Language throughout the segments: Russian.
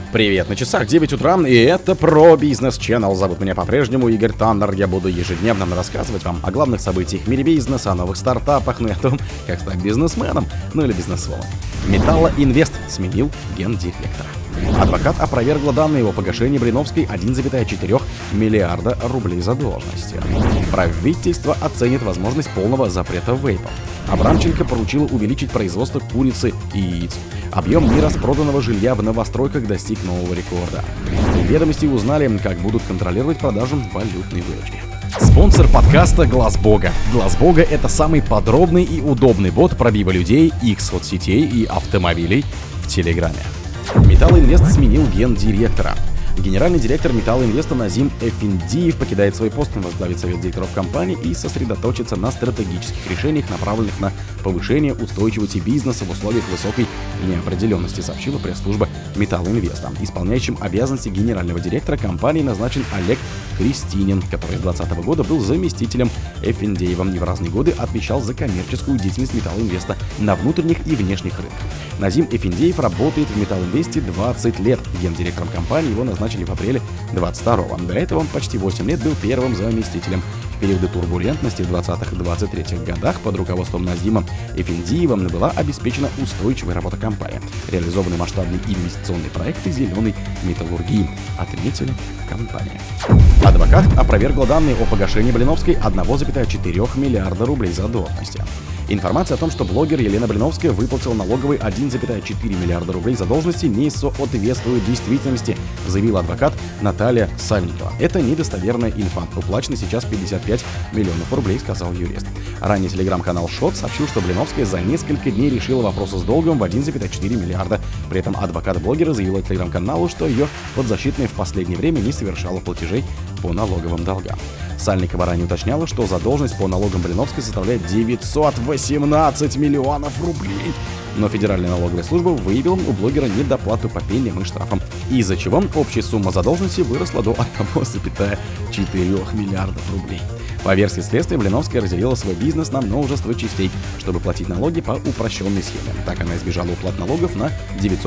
Привет, на часах 9 утра, и это про бизнес Channel. Зовут меня по-прежнему Игорь Таннер. Я буду ежедневно рассказывать вам о главных событиях в мире бизнеса, о новых стартапах, ну и о том, как стать бизнесменом, ну или бизнесвомом. Металлоинвест сменил гендиректора. Адвокат опровергла данные о погашении Блиновской 1,4 миллиарда рублей задолженности. Правительство оценит возможность полного запрета вейпов. Абрамченко поручила увеличить производство курицы и яиц. Объем нераспроданного жилья в новостройках достиг нового рекорда. Ведомости узнали, как будут контролировать продажу валютной выручки. Спонсор подкаста Глаз Бога. Глаз Бога — это самый подробный и удобный бот пробива людей, их соцсетей и автомобилей в Телеграме. Металлоинвест сменил гендиректора. Генеральный директор Металлоинвеста Назим Эфендиев покидает свой пост, возглавит совет директоров компании и сосредоточится на стратегических решениях, направленных на повышение устойчивости бизнеса в условиях высокой неопределенности, сообщила пресс-служба Металлоинвеста. Исполняющим обязанности генерального директора компании назначен Олег Кристинин, который с 2020 года был заместителем Эфендиева и в разные годы отвечал за коммерческую деятельность Металлоинвеста на внутренних и внешних рынках. Назим Эфендиев работает в Металлоинвесте 20 лет. Гендиректором компании его назначили в апреле 22-го. До этого он почти 8 лет был первым заместителем. В периоды турбулентности в 20-23 годах под руководством Назима Эфендиева была обеспечена устойчивая работа компании. Реализованы масштабные инвестиционные проекты зеленой металлургии, отметили в компании. Адвокат опровергла данные о погашении Блиновской 1,4 миллиарда рублей задолженности. Информация о том, что блогер Елена Блиновская выплатила налоговой 1,4 миллиарда рублей задолженности, не соответствует действительности, заявила адвокат Наталья Сальникова. Это недостоверная инфа. Уплачено сейчас 55 миллионов рублей, сказал юрист. Ранее телеграм-канал Шот сообщил, что Блиновская за несколько дней решила вопросы с долгом в 1,4 миллиарда. При этом адвокат блогера заявила телеграм-каналу, что ее подзащитная в последнее время не совершала платежей по налоговым долгам. Сальникова ранее уточняла, что задолженность по налогам Блиновской составляет 918 миллионов рублей. Но Федеральная налоговая служба выявила у блогера недоплату по пеням и штрафам, из-за чего общая сумма задолженности выросла до 1,4 миллиардов рублей. По версии следствия, Блиновская разделила свой бизнес на множество частей, чтобы платить налоги по упрощенной схеме. Так она избежала уплат налогов на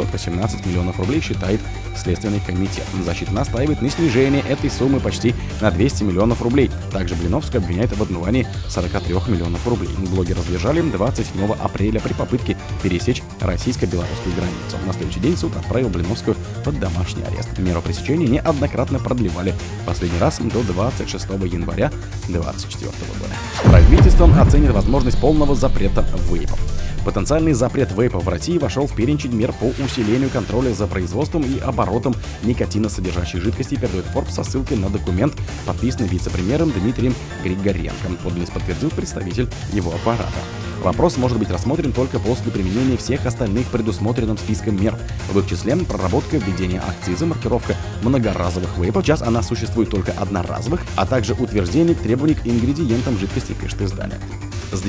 918 миллионов рублей, считает Следственный комитет. Защита настаивает на снижении этой суммы почти на 200 миллионов рублей. Также Блиновскую обвиняют в отмывании 43 миллионов рублей. Блогера задержали 27 апреля при попытке пересечь российско-белорусскую границу. На следующий день суд отправил Блиновскую под домашний арест. Меру пресечения неоднократно продлевали. Последний раз до 26 января 2024 года. Правительство оценит возможность полного запрета вейпов. Потенциальный запрет вейпов в России вошел в перечень мер по усилению контроля за производством и оборотом никотиносодержащих жидкостей, передает Forbes со ссылкой на документ, подписанный вице-премьером Дмитрием Григоренко. Подлинность подтвердил представитель его аппарата. Вопрос может быть рассмотрен только после применения всех остальных предусмотренным списком мер. В их числе проработка, введение акциза, маркировка многоразовых вейпов, сейчас она существует только одноразовых, а также утверждение требований к ингредиентам жидкости, пишет издание. С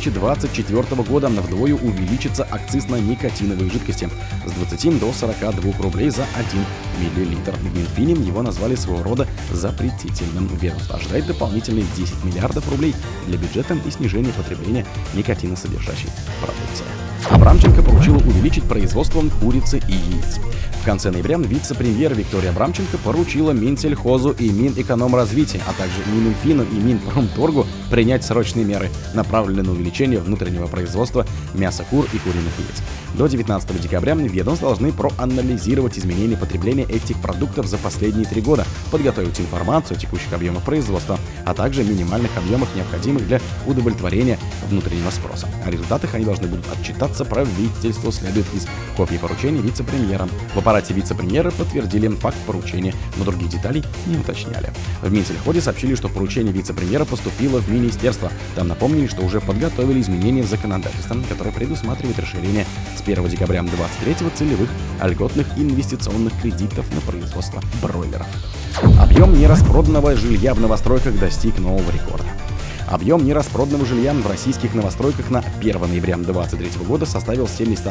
2024 года вдвое увеличится акциз на никотиновые жидкости с 20 до 42 рублей за 1 миллилитр. В Минфине его назвали своего рода запретительным. Ведомство ожидает дополнительные 10 миллиардов рублей для бюджета и снижения потребления никотиносодержащей продукции. Абрамченко поручила увеличить производство курицы и яиц. В конце ноября вице-премьер Виктория Абрамченко поручила Минсельхозу и Минэкономразвития, а также Мининфину и Минпромторгу принять срочные меры, направленные на увеличение внутреннего производства мяса кур и куриных яиц. До 19 декабря ведомства должны проанализировать изменения потребления этих продуктов за последние 3 года, подготовить информацию о текущих объемах производства, а также минимальных объемах, необходимых для удовлетворения внутреннего спроса. О результатах они должны будут отчитаться правительству, следует из копии поручений вице-премьера. В аппарате вице-премьера подтвердили факт поручения, но других деталей не уточняли. В Минсельхозе сообщили, что поручение вице-премьера поступило в министерство. Там напомнили, что уже подготовили изменения в законодательство, которое предусматривает расширение с 1 декабря 2023 целевых льготных инвестиционных кредитов на производство бройлеров. Объем нераспроданного жилья в новостройках достиг нового рекорда. Объем нераспроданного жилья в российских новостройках на 1 ноября 2023 года составил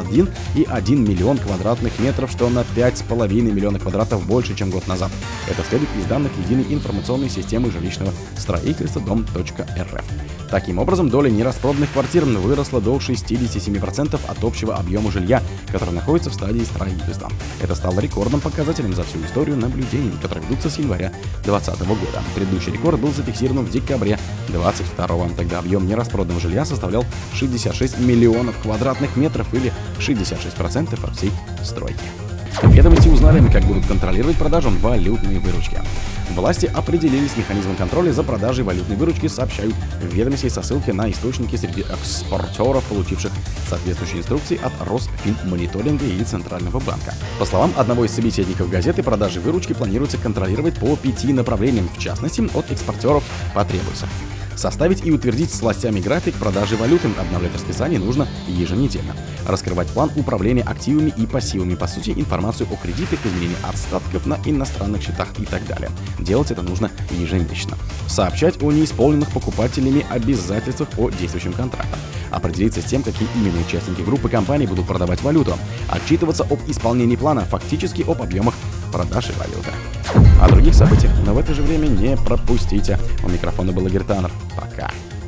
71,1 миллион квадратных метров, что на 5,5 миллиона квадратов больше, чем год назад. Это следует из данных Единой информационной системы жилищного строительства Дом.РФ. Таким образом, доля нераспроданных квартир выросла до 67% от общего объема жилья, который находится в стадии строительства. Это стало рекордным показателем за всю историю наблюдений, которые ведутся с января 2020 года. Предыдущий рекорд был зафиксирован в декабре 2022. Тогда объем нераспроданного жилья составлял 66 миллионов квадратных метров или 66% от всей стройки. Ведомости узнали, как будут контролировать продажу валютной выручки. Власти определились с механизмом контроля за продажей валютной выручки, сообщают ведомости со ссылкой на источники среди экспортеров, получивших соответствующие инструкции от Росфинмониторинга и Центрального банка. По словам одного из собеседников газеты, продажи выручки планируется контролировать по 5 направлениям. В частности, от экспортеров потребуется составить и утвердить с властями график продажи валюты, обновлять расписание нужно еженедельно. Раскрывать план управления активами и пассивами, по сути, информацию о кредитах, изменении остатков на иностранных счетах и так далее. Делать это нужно ежемесячно. Сообщать о неисполненных покупателями обязательствах по действующим контрактам. Определиться с тем, какие именно участники группы компаний будут продавать валюту. Отчитываться об исполнении плана, фактически об объемах продажи валюты. О других событиях, но в это же время не пропустите. У микрофона был Игорь Таннер. Пока.